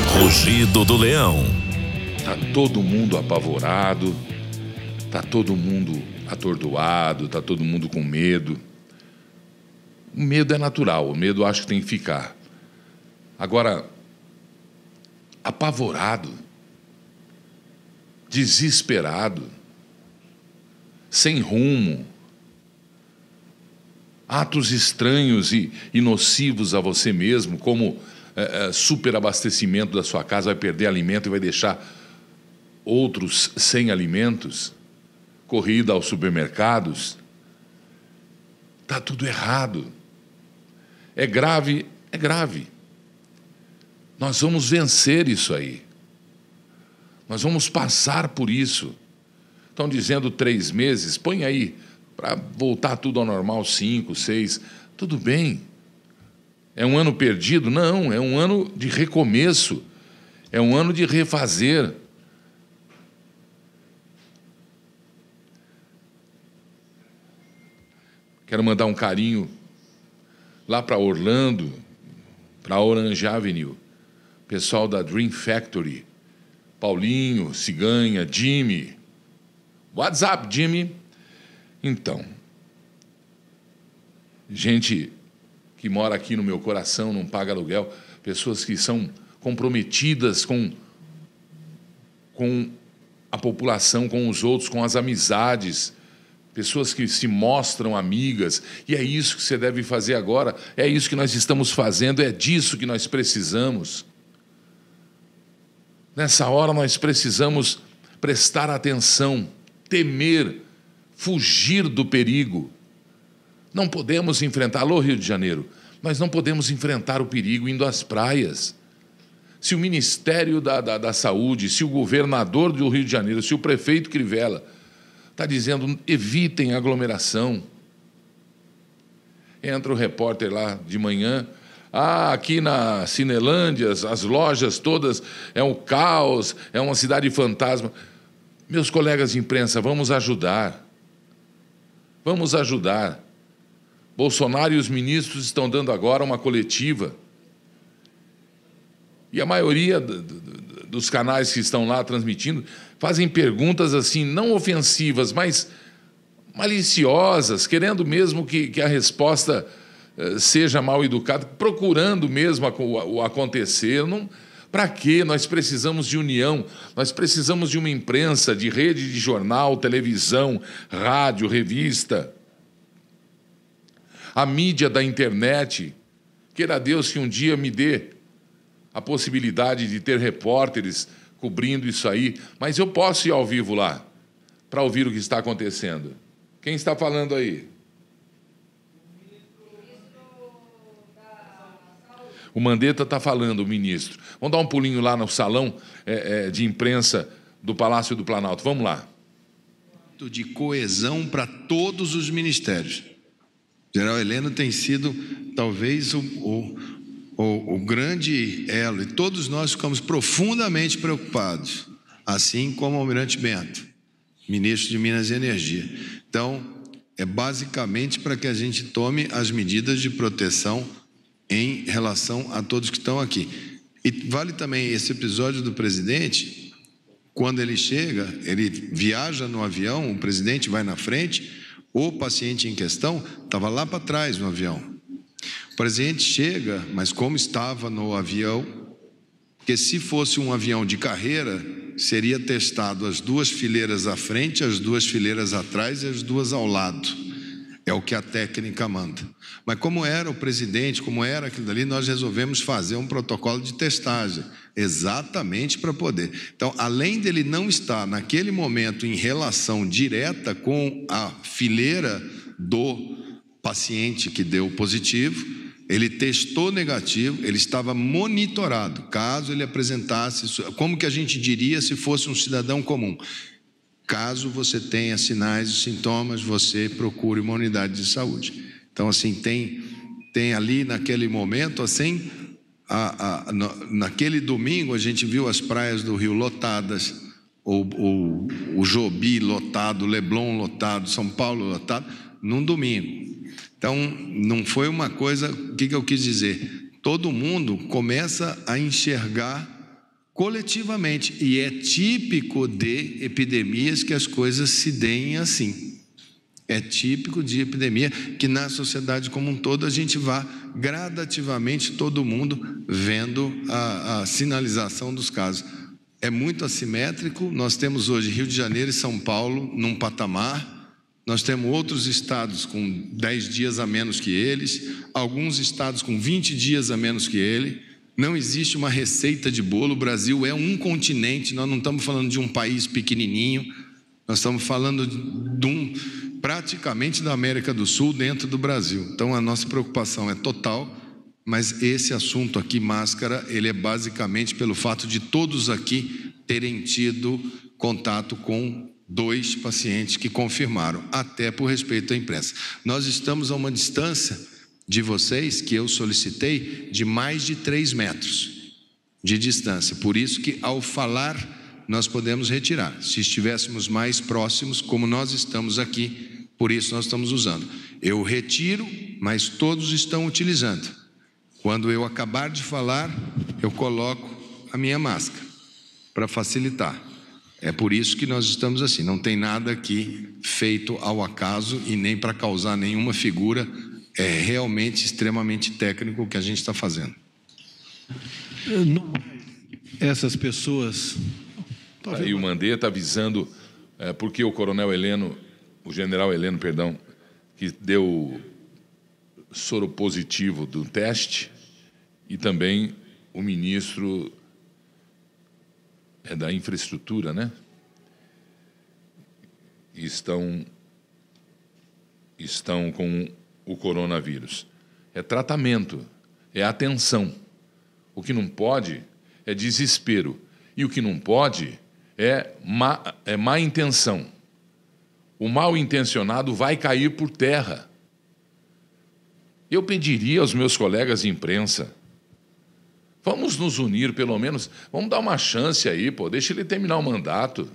Rugido do Leão. Tá todo mundo apavorado, tá todo mundo atordoado, tá todo mundo com medo. O medo é natural, o medo acho que tem que ficar. Agora, apavorado, desesperado, sem rumo, atos estranhos e nocivos a você mesmo, como superabastecimento da sua casa, vai perder alimento e vai deixar outros sem alimentos, corrida aos supermercados. Está tudo errado. É grave, é grave. Nós vamos vencer isso aí. Nós vamos passar por isso. Estão dizendo 3 meses, põe aí, para voltar tudo ao normal, 5, 6, tudo bem. É um ano perdido? Não, é um ano de recomeço. É um ano de refazer. Quero mandar um carinho lá para Orlando, para Orange Avenue, pessoal da Dream Factory, Paulinho, Ciganha, Jimmy. WhatsApp, Jimmy. Então, gente que mora aqui no meu coração, não paga aluguel, pessoas que são comprometidas com a população, com os outros, com as amizades, pessoas que se mostram amigas, e é isso que você deve fazer agora, é isso que nós estamos fazendo, é disso que nós precisamos. Nessa hora nós precisamos prestar atenção, temer, fugir do perigo. Não podemos enfrentar... Alô, Rio de Janeiro, nós não podemos enfrentar o perigo indo às praias. Se o Ministério da Saúde, se o governador do Rio de Janeiro, se o prefeito Crivella está dizendo evitem aglomeração. Entra o repórter lá de manhã, aqui na Cinelândia, as lojas todas, é um caos, é uma cidade fantasma. Meus colegas de imprensa, vamos ajudar. Vamos ajudar. Bolsonaro e os ministros estão dando agora uma coletiva. E a maioria dos canais que estão lá transmitindo fazem perguntas assim, não ofensivas, mas maliciosas, querendo mesmo que a resposta seja mal educada, procurando mesmo o acontecer. Para quê? Nós precisamos de união, nós precisamos de uma imprensa, de rede de jornal, televisão, rádio, revista. A mídia da internet, queira Deus que um dia me dê a possibilidade de ter repórteres cobrindo isso aí, mas eu posso ir ao vivo lá para ouvir o que está acontecendo. Quem está falando aí? O Mandetta está falando, o ministro. Vamos dar um pulinho lá no salão de imprensa do Palácio do Planalto. Vamos lá. De coesão para todos os ministérios. O general Heleno tem sido, talvez, o grande elo, e todos nós ficamos profundamente preocupados, assim como o almirante Bento, ministro de Minas e Energia. Então, é basicamente para que a gente tome as medidas de proteção em relação a todos que estão aqui. E vale também esse episódio do presidente, quando ele chega, ele viaja no avião, o presidente vai na frente, o paciente em questão estava lá para trás no avião. O presidente chega, mas como estava no avião, porque se fosse um avião de carreira, seria testado as 2 fileiras à frente, as 2 fileiras atrás e as 2 ao lado. É o que a técnica manda. Mas como era o presidente, como era aquilo dali, nós resolvemos fazer um protocolo de testagem, exatamente para poder. Então, além dele não estar naquele momento em relação direta com a fileira do paciente que deu positivo, ele testou negativo, ele estava monitorado, caso ele apresentasse, como que a gente diria se fosse um cidadão comum? Caso você tenha sinais e sintomas, você procure uma unidade de saúde. Então, assim, tem ali naquele momento, assim, naquele domingo a gente viu as praias do Rio lotadas, o Jobi lotado, o Leblon lotado, São Paulo lotado, num domingo. Então, não foi uma coisa... O que eu quis dizer? Todo mundo começa a enxergar coletivamente, e é típico de epidemias que as coisas se deem assim. É típico de epidemia que na sociedade como um todo a gente vá gradativamente, todo mundo vendo a sinalização dos casos. É muito assimétrico. Nós temos hoje Rio de Janeiro e São Paulo num patamar, nós temos outros estados com 10 dias a menos que eles, alguns estados com 20 dias a menos que ele. Não existe uma receita de bolo. O Brasil é um continente, nós não estamos falando de um país pequenininho, nós estamos falando praticamente da América do Sul dentro do Brasil. Então a nossa preocupação é total, mas esse assunto aqui, máscara, ele é basicamente pelo fato de todos aqui terem tido contato com 2 pacientes que confirmaram, até por respeito à imprensa. Nós estamos a uma distância de vocês, que eu solicitei, de mais de 3 metros de distância. Por isso que, ao falar, nós podemos retirar. Se estivéssemos mais próximos, como nós estamos aqui, por isso nós estamos usando. Eu retiro, mas todos estão utilizando. Quando eu acabar de falar, eu coloco a minha máscara, para facilitar. É por isso que nós estamos assim. Não tem nada aqui feito ao acaso e nem para causar nenhuma figura. É realmente extremamente técnico o que a gente está fazendo. Essas pessoas... Aí o Mandetta avisando, porque o general Heleno, perdão, que deu soro positivo do teste, e também o ministro da infraestrutura, né? Estão com o coronavírus. É tratamento, é atenção. O que não pode é desespero. E o que não pode é má intenção. O mal intencionado vai cair por terra. Eu pediria aos meus colegas de imprensa, vamos nos unir pelo menos, vamos dar uma chance aí, deixa ele terminar o mandato.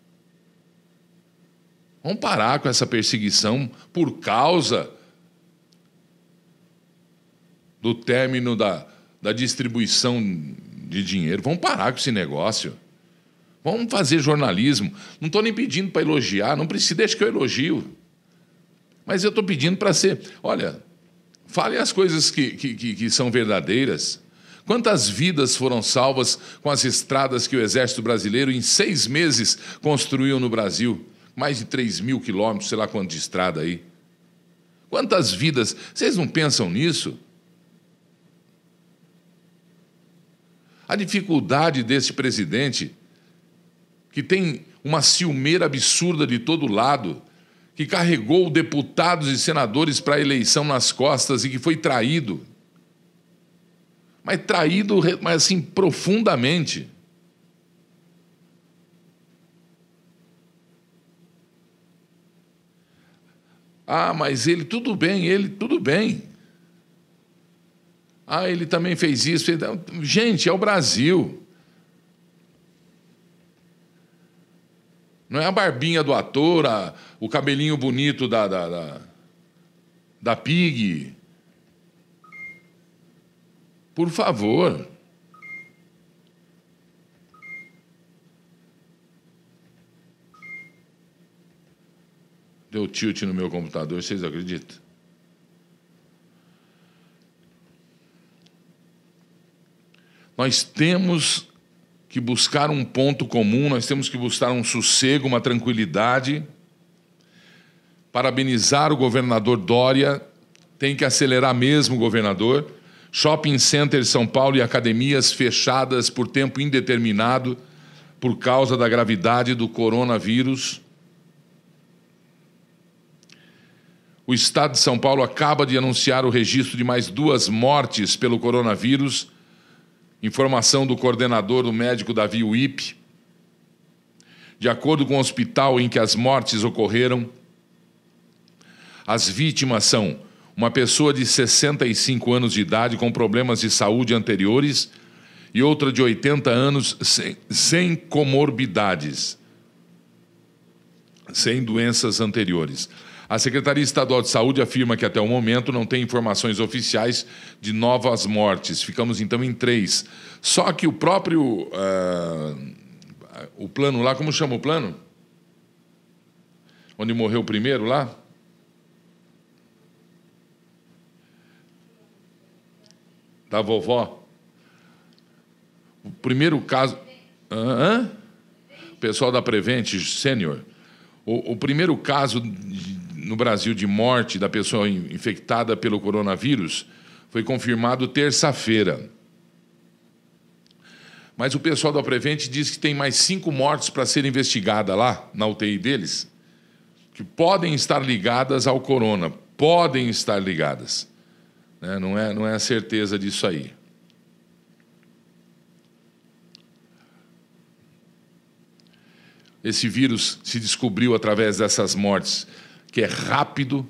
Vamos parar com essa perseguição por causa do término da distribuição de dinheiro. Vamos parar com esse negócio. Vamos fazer jornalismo. Não estou nem pedindo para elogiar, não precisa, deixa que eu elogio. Mas eu estou pedindo para ser... Olha, fale as coisas que são verdadeiras. Quantas vidas foram salvas com as estradas que o Exército Brasileiro, em 6 meses, construiu no Brasil? Mais de 3.000 quilômetros, sei lá quanto de estrada aí. Quantas vidas? Vocês não pensam nisso? A dificuldade desse presidente, que tem uma ciumeira absurda de todo lado, que carregou deputados e senadores para a eleição nas costas e que foi traído. Mas traído, mas assim, profundamente. Ah, mas ele, tudo bem. Ah, ele também fez isso. Gente, é o Brasil. Não é a barbinha do ator, o cabelinho bonito da Pig. Por favor. Deu tilt no meu computador, vocês acreditam? Nós temos que buscar um ponto comum, nós temos que buscar um sossego, uma tranquilidade. Parabenizar o governador Dória, tem que acelerar mesmo o governador. Shopping Center São Paulo e academias fechadas por tempo indeterminado por causa da gravidade do coronavírus. O Estado de São Paulo acaba de anunciar o registro de mais 2 mortes pelo coronavírus. Informação do coordenador, do médico Davi Uip. De acordo com o hospital em que as mortes ocorreram, as vítimas são uma pessoa de 65 anos de idade com problemas de saúde anteriores e outra de 80 anos sem comorbidades, sem doenças anteriores. A Secretaria Estadual de Saúde afirma que até o momento não tem informações oficiais de novas mortes. Ficamos então em 3. Só que o próprio o plano lá, como chama o plano? Onde morreu o primeiro lá? Da vovó. O primeiro caso... O pessoal da Prevent Senior. O primeiro caso no Brasil de morte da pessoa infectada pelo coronavírus foi confirmado terça-feira. Mas o pessoal da Prevent diz que tem mais 5 mortes para serem investigadas lá, na UTI deles, que podem estar ligadas ao corona. Podem estar ligadas. Né? Não é a certeza disso aí. Esse vírus se descobriu através dessas mortes, que é rápido.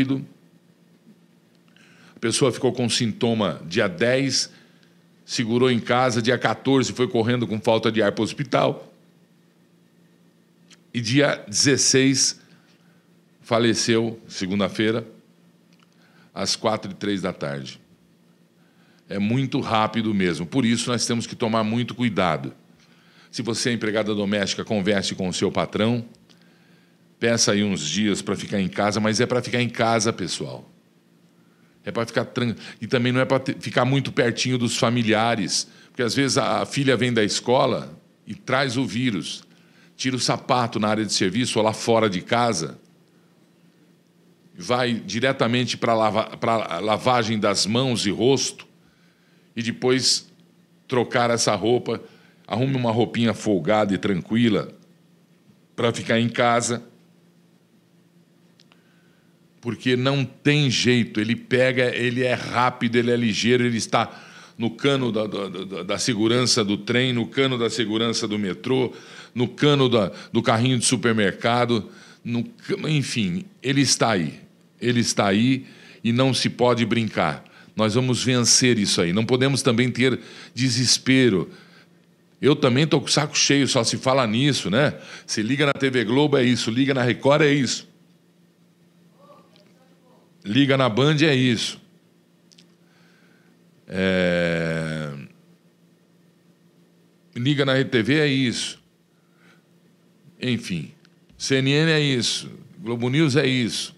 A pessoa ficou com sintoma dia 10, segurou em casa, dia 14 foi correndo com falta de ar para o hospital. E dia 16 faleceu, segunda-feira, às 4h03 da tarde. É muito rápido mesmo, por isso nós temos que tomar muito cuidado. Se você é empregada doméstica, converse com o seu patrão, peça aí uns dias para ficar em casa, mas é para ficar em casa, pessoal. É para ficar e também não é para ficar muito pertinho dos familiares, porque às vezes a filha vem da escola e traz o vírus, tira o sapato na área de serviço ou lá fora de casa, vai diretamente para a lavagem das mãos e rosto e depois trocar essa roupa. Arrume uma roupinha folgada e tranquila para ficar em casa, porque não tem jeito, ele pega, ele é rápido, ele é ligeiro, ele está no cano da segurança do trem, no cano da segurança do metrô, no cano do carrinho de supermercado, enfim, ele está aí e não se pode brincar. Nós vamos vencer isso aí, não podemos também ter desespero. Eu também estou com o saco cheio, só se fala nisso, né? Se liga na TV Globo é isso, liga na Record é isso. Liga na Band é isso. Liga na RTV é isso. Enfim, CNN é isso, Globo News é isso.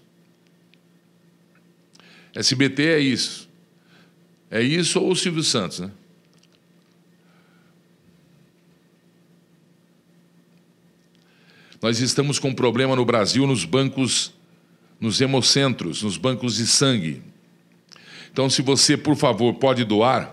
SBT é isso. É isso ou o Silvio Santos, né? Nós estamos com um problema no Brasil nos bancos, nos hemocentros, nos bancos de sangue. Então, se você, por favor, pode doar,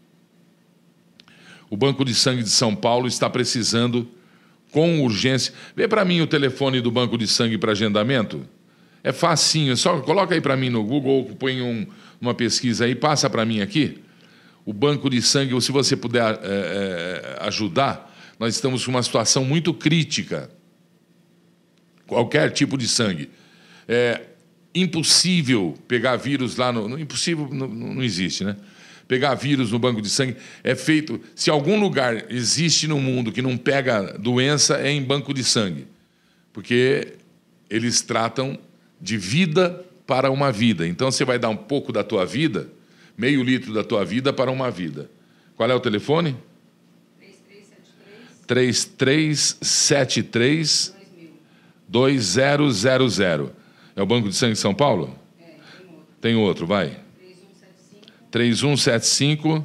o Banco de Sangue de São Paulo está precisando, com urgência... Vê para mim o telefone do Banco de Sangue para agendamento. É facinho, só coloca aí para mim no Google, ou põe uma pesquisa aí, passa para mim aqui. O Banco de Sangue, ou se você puder ajudar, nós estamos com uma situação muito crítica. Qualquer tipo de sangue. É impossível pegar vírus lá no... Impossível não existe, né? Pegar vírus no banco de sangue é feito... Se algum lugar existe no mundo que não pega doença, é em banco de sangue. Porque eles tratam de vida para uma vida. Então, você vai dar um pouco da tua vida, meio litro da tua vida para uma vida. Qual é o telefone? 3373 2000. É o Banco de Sangue de São Paulo? Tem outro, vai. 3175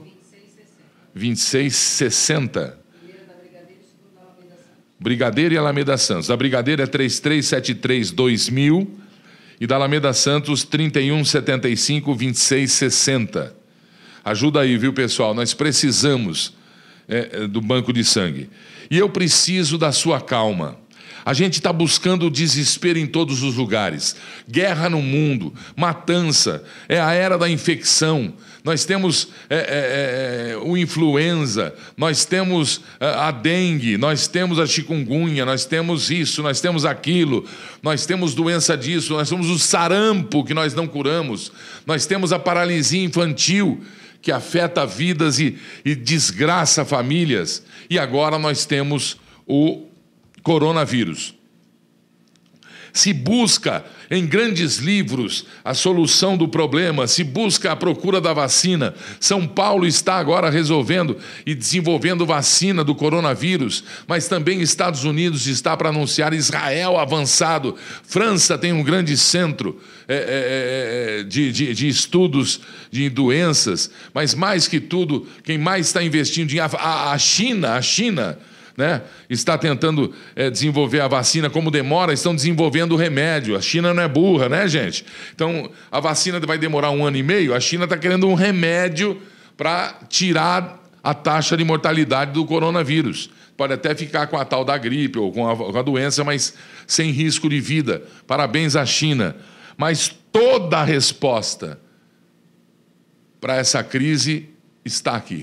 2660. Brigadeiro e Alameda Santos. A Brigadeiro é 3373 2000 e da Alameda Santos 3175 2660. Ajuda aí, viu, pessoal? Nós precisamos do banco de sangue. E eu preciso da sua calma. A gente está buscando o desespero em todos os lugares. Guerra no mundo, matança, é a era da infecção. Nós temos o influenza, nós temos a dengue, nós temos a chikungunya, nós temos isso, nós temos aquilo, nós temos doença disso, nós temos o sarampo que nós não curamos, nós temos a paralisia infantil que afeta vidas e desgraça famílias. E agora nós temos o coronavírus. Se busca em grandes livros a solução do problema, se busca a procura da vacina. São Paulo está agora resolvendo e desenvolvendo vacina do coronavírus, mas também Estados Unidos está para anunciar, Israel avançado, França tem um grande centro de estudos de doenças, mas mais que tudo, quem mais está investindo em a China, né, está tentando desenvolver a vacina. Como demora, estão desenvolvendo o remédio. A China não é burra, né, gente? Então, a vacina vai demorar 1 ano e meio. A China está querendo um remédio para tirar a taxa de mortalidade do coronavírus. Pode até ficar com a tal da gripe ou com a doença, mas sem risco de vida. Parabéns à China. Mas toda a resposta para essa crise está aqui.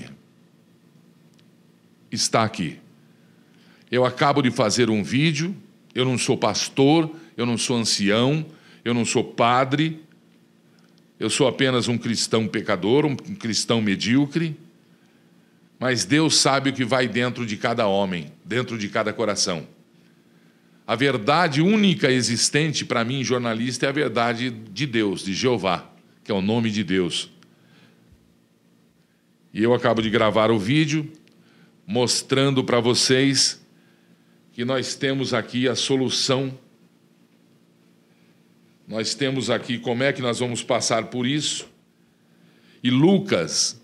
Está aqui. Eu acabo de fazer um vídeo, eu não sou pastor, eu não sou ancião, eu não sou padre, eu sou apenas um cristão pecador, um cristão medíocre, mas Deus sabe o que vai dentro de cada homem, dentro de cada coração. A verdade única existente para mim, jornalista, é a verdade de Deus, de Jeová, que é o nome de Deus. E eu acabo de gravar o vídeo mostrando para vocês que nós temos aqui a solução, nós temos aqui como é que nós vamos passar por isso. E Lucas,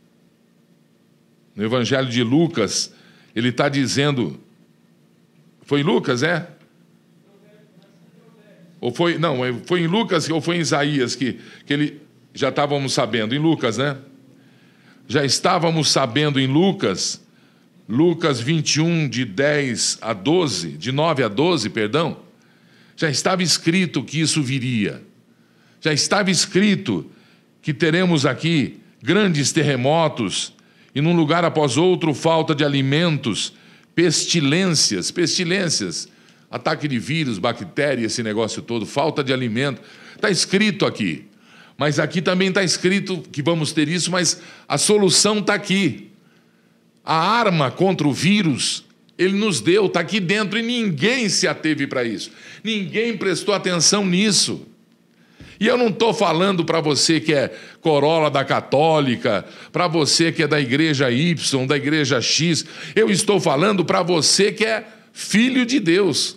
no Evangelho de Lucas, ele está dizendo, foi Lucas, é? Ou foi, não, foi em Lucas ou foi em Isaías que ele, já estávamos sabendo, em Lucas, né? Já estávamos sabendo em Lucas 21, de 10 a 12, de 9 a 12, perdão, já estava escrito que isso viria. Já estava escrito que teremos aqui grandes terremotos e num lugar após outro falta de alimentos, pestilências, ataque de vírus, bactéria, esse negócio todo, falta de alimento. Está escrito aqui. Mas aqui também está escrito que vamos ter isso, mas a solução está aqui. A arma contra o vírus, ele nos deu, está aqui dentro e ninguém se ateve para isso. Ninguém prestou atenção nisso. E eu não estou falando para você que é corola da católica, para você que é da igreja Y, da igreja X. Eu estou falando para você que é filho de Deus.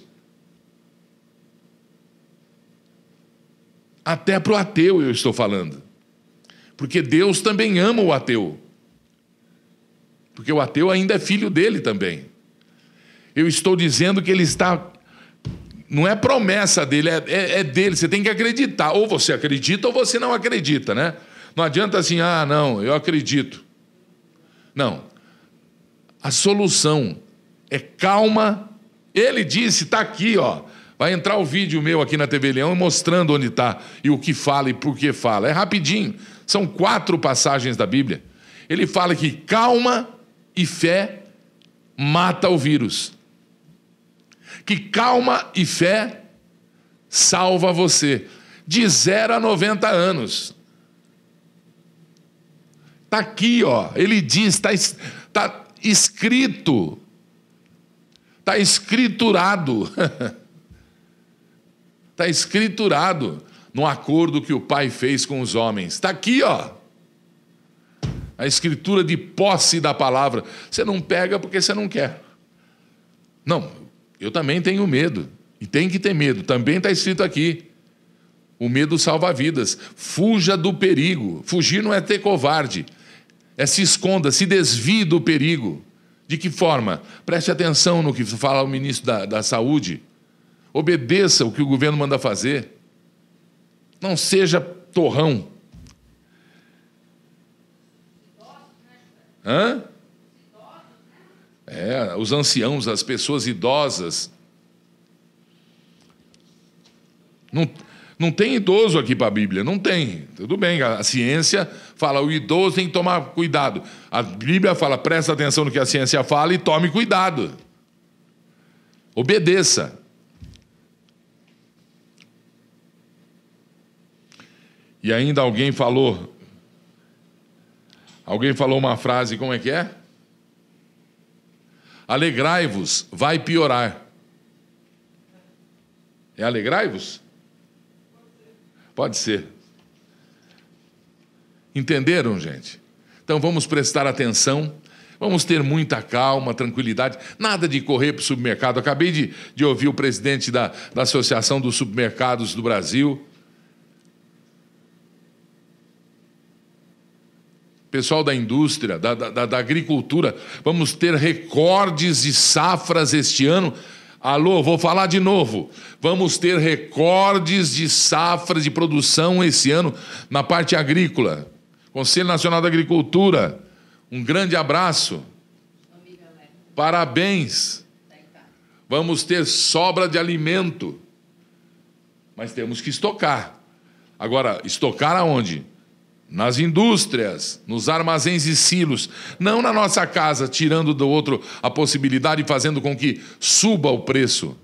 Até para o ateu eu estou falando. Porque Deus também ama o ateu. Porque o ateu ainda é filho dele também. Eu estou dizendo que ele está... Não é promessa dele, é dele. Você tem que acreditar. Ou você acredita ou você não acredita, né? Não adianta assim, não, eu acredito. Não. A solução é calma. Ele disse, está aqui, ó. Vai entrar o vídeo meu aqui na TV Leão mostrando onde está e o que fala e por que fala. É rapidinho. São 4 passagens da Bíblia. Ele fala que calma e fé mata o vírus. Que calma e fé salva você. De 0 a 90 anos. Está aqui, ó. Ele diz, está escrito. Está escriturado. Está escriturado no acordo que o Pai fez com os homens. Está aqui, ó. A escritura de posse da palavra. Você não pega porque você não quer. Não, eu também tenho medo. E tem que ter medo. Também está escrito aqui. O medo salva vidas. Fuja do perigo. Fugir não é ter covarde. É se esconda, se desvie do perigo. De que forma? Preste atenção no que fala o ministro da Saúde. Obedeça o que o governo manda fazer. Não seja torrão. Hã? Os anciãos, as pessoas idosas. Não tem idoso aqui para a Bíblia, não tem. Tudo bem, a ciência fala, o idoso tem que tomar cuidado. A Bíblia fala, presta atenção no que a ciência fala e tome cuidado. Obedeça. E ainda alguém falou uma frase, como é que é? Alegrai-vos, vai piorar. É alegrai-vos? Pode ser. Entenderam, gente? Então vamos prestar atenção, vamos ter muita calma, tranquilidade, nada de correr para o supermercado. Acabei de ouvir o presidente da Associação dos Supermercados do Brasil. Pessoal da indústria, da agricultura, vamos ter recordes de safras este ano. Alô, vou falar de novo. Vamos ter recordes de safras de produção esse ano na parte agrícola. Conselho Nacional da Agricultura, um grande abraço. Parabéns. Vamos ter sobra de alimento. Mas temos que estocar. Agora, estocar aonde? Nas indústrias, nos armazéns e silos, não na nossa casa, tirando do outro a possibilidade e fazendo com que suba o preço.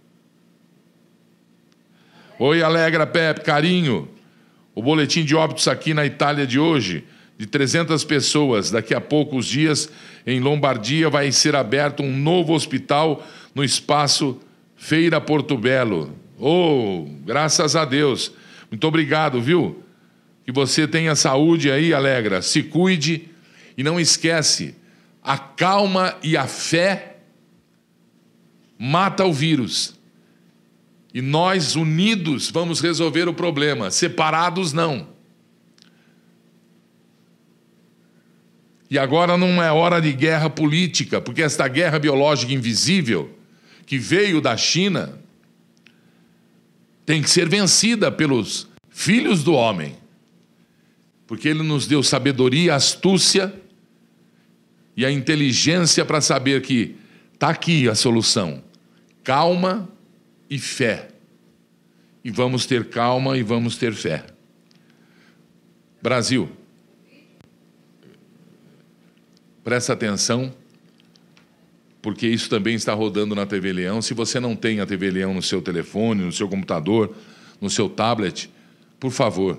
Oi, Alegra, Pepe, carinho. O boletim de óbitos aqui na Itália de hoje, de 300 pessoas. Daqui a poucos dias, em Lombardia, vai ser aberto um novo hospital no espaço Feira Porto Belo. Oh, graças a Deus. Muito obrigado, viu? Que você tenha saúde aí, Alegra. Se cuide e não esquece, a calma e a fé mata o vírus. E nós, unidos, vamos resolver o problema. Separados, não. E agora não é hora de guerra política, porque esta guerra biológica invisível, que veio da China, tem que ser vencida pelos filhos do homem. Porque ele nos deu sabedoria, astúcia e a inteligência para saber que está aqui a solução. Calma e fé. E vamos ter calma e vamos ter fé. Brasil, presta atenção, porque isso também está rodando na TV Leão. Se você não tem a TV Leão no seu telefone, no seu computador, no seu tablet, por favor,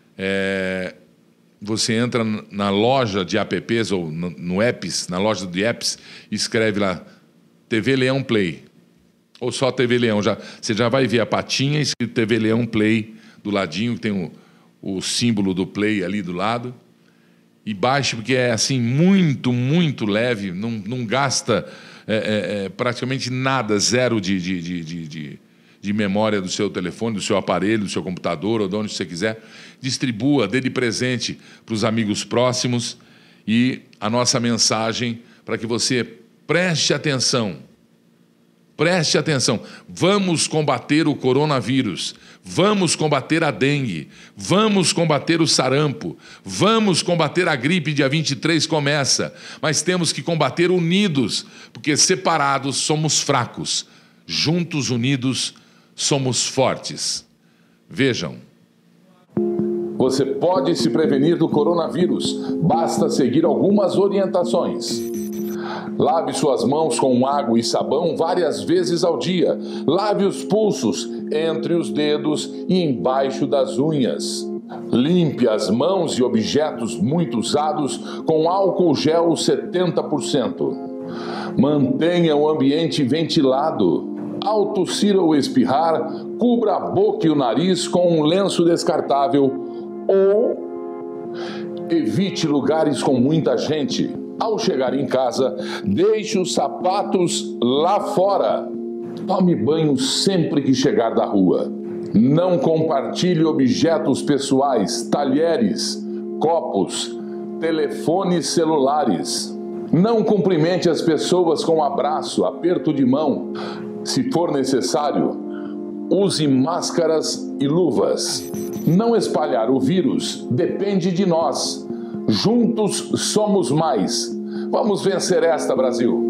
você entra na loja de apps ou no apps, na loja de apps, e escreve lá TV Leão Play. Ou só TV Leão. Você já vai ver a patinha escrito TV Leão Play do ladinho, que tem o símbolo do Play ali do lado. E baixe, porque é assim muito, muito leve, não gasta praticamente nada, zero de memória do seu telefone, do seu aparelho, do seu computador, ou de onde você quiser. Distribua, dê de presente para os amigos próximos. E a nossa mensagem para que você preste atenção. Preste atenção. Vamos combater o coronavírus. Vamos combater a dengue. Vamos combater o sarampo. Vamos combater a gripe, dia 23 começa. Mas temos que combater unidos, porque separados somos fracos. Juntos, unidos, somos fortes. Vejam. Você pode se prevenir do coronavírus. Basta seguir algumas orientações. Lave suas mãos com água e sabão várias vezes ao dia. Lave os pulsos entre os dedos e embaixo das unhas. Limpe as mãos e objetos muito usados com álcool gel 70%. Mantenha o ambiente ventilado. Ao tossir ou espirrar, cubra a boca e o nariz com um lenço descartável ou evite lugares com muita gente. Ao chegar em casa, deixe os sapatos lá fora. Tome banho sempre que chegar da rua. Não compartilhe objetos pessoais, talheres, copos, telefones celulares. Não cumprimente as pessoas com abraço, aperto de mão. Se for necessário, use máscaras e luvas. Não espalhar o vírus depende de nós. Juntos somos mais. Vamos vencer esta, Brasil.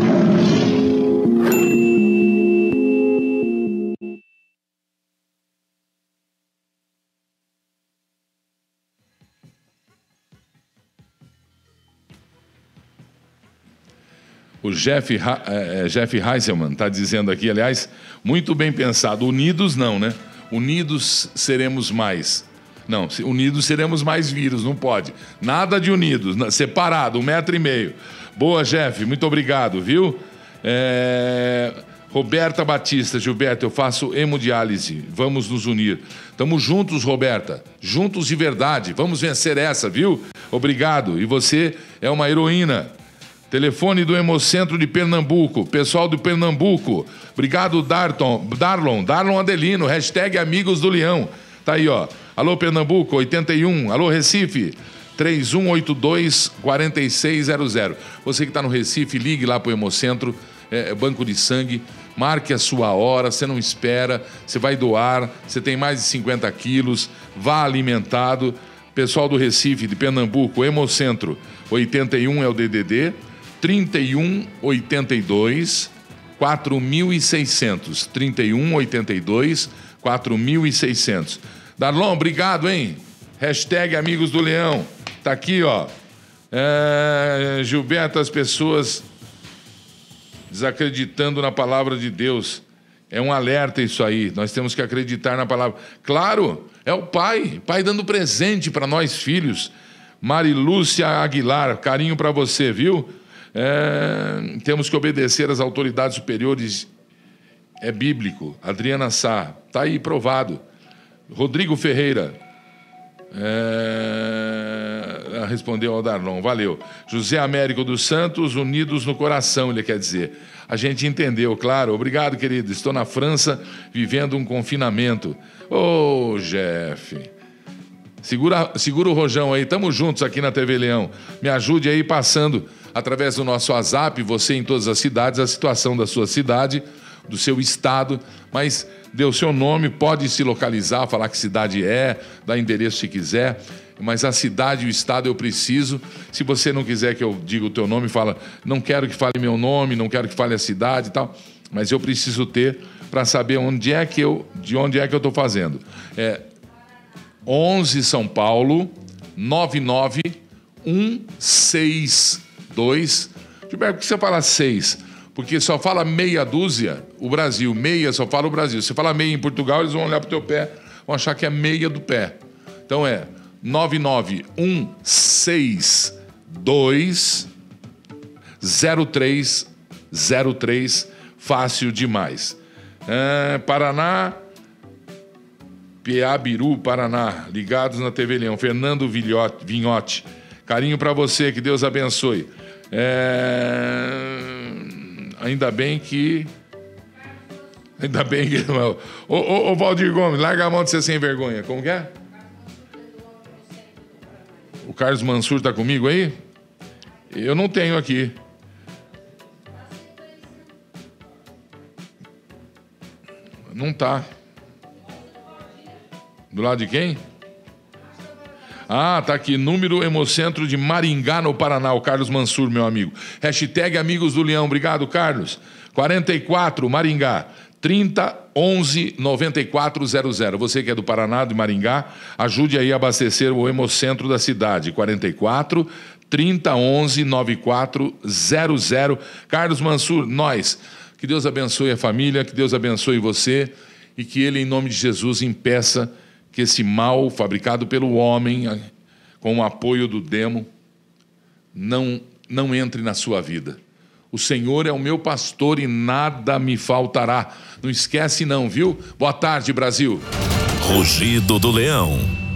O Jeff Heiselman está dizendo aqui, aliás, muito bem pensado. Unidos não, né? Unidos seremos mais. Não, unidos seremos mais vírus, não pode. Nada de unidos, separado, 1,5 metro. Boa, Jeff, muito obrigado, viu? Roberta Batista, Gilberto, eu faço hemodiálise, vamos nos unir. Tamo juntos, Roberta, juntos de verdade, vamos vencer essa, viu? Obrigado, e você é uma heroína. Telefone do Hemocentro de Pernambuco, pessoal do Pernambuco, obrigado, Darlon Adelino, hashtag Amigos do Leão, tá aí, ó. Alô, Pernambuco, 81, alô, Recife, 3182-4600. Você que está no Recife, ligue lá para o Hemocentro, banco de sangue, marque a sua hora, você não espera, você vai doar, você tem mais de 50 quilos, vá alimentado. Pessoal do Recife, de Pernambuco, Hemocentro, 81 é o DDD, 3182 4600, 3182 4600. Darlon, obrigado, hein? Hashtag Amigos do Leão. Tá aqui, ó. Gilberto, as pessoas desacreditando na palavra de Deus. É um alerta isso aí. Nós temos que acreditar na palavra. Claro, é o pai dando presente para nós filhos. Marilúcia Aguilar, carinho para você, viu? Temos que obedecer às autoridades superiores. É bíblico. Adriana Sá, tá aí provado. Rodrigo Ferreira, respondeu ao Darlon, valeu. José Américo dos Santos, unidos no coração, ele quer dizer. A gente entendeu, claro. Obrigado, querido. Estou na França, vivendo um confinamento. Ô, Jeff. Segura o rojão aí. Estamos juntos aqui na TV Leão. Me ajude aí passando, através do nosso WhatsApp, você em todas as cidades, a situação da sua cidade, do seu estado, mas dê o seu nome, pode se localizar, falar que cidade dá endereço se quiser, mas a cidade e o estado eu preciso. Se você não quiser que eu diga o teu nome, fala, não quero que fale meu nome, não quero que fale a cidade e tal, mas eu preciso ter para saber de onde é que eu estou fazendo. 11 São Paulo, 99162. Gilberto, por que você fala 6? Porque só fala meia dúzia o Brasil, meia só fala o Brasil. Se fala meia em Portugal, eles vão olhar para o teu pé, vão achar que é meia do pé. Então 99162-0303, fácil demais. Paraná, Piabiru, Paraná, ligados na TV Leão. Fernando Vinhote, carinho para você, que Deus abençoe. Ainda bem que... Ô, Valdir Gomes, larga a mão de ser sem vergonha. Como que é? O Carlos Mansur tá comigo aí? Eu não tenho aqui. Não tá. Do lado de quem? Tá aqui, número Hemocentro de Maringá, no Paraná, o Carlos Mansur, meu amigo. Hashtag Amigos do Leão, obrigado, Carlos. 44, Maringá, 3011-9400. Você que é do Paraná, de Maringá, ajude aí a abastecer o Hemocentro da cidade. 44 3011-9400. Carlos Mansur, nós. Que Deus abençoe a família, que Deus abençoe você e que Ele, em nome de Jesus, impeça que esse mal fabricado pelo homem, com o apoio do demo, não entre na sua vida. O Senhor é o meu pastor e nada me faltará. Não esquece não, viu? Boa tarde, Brasil. Rugido do Leão.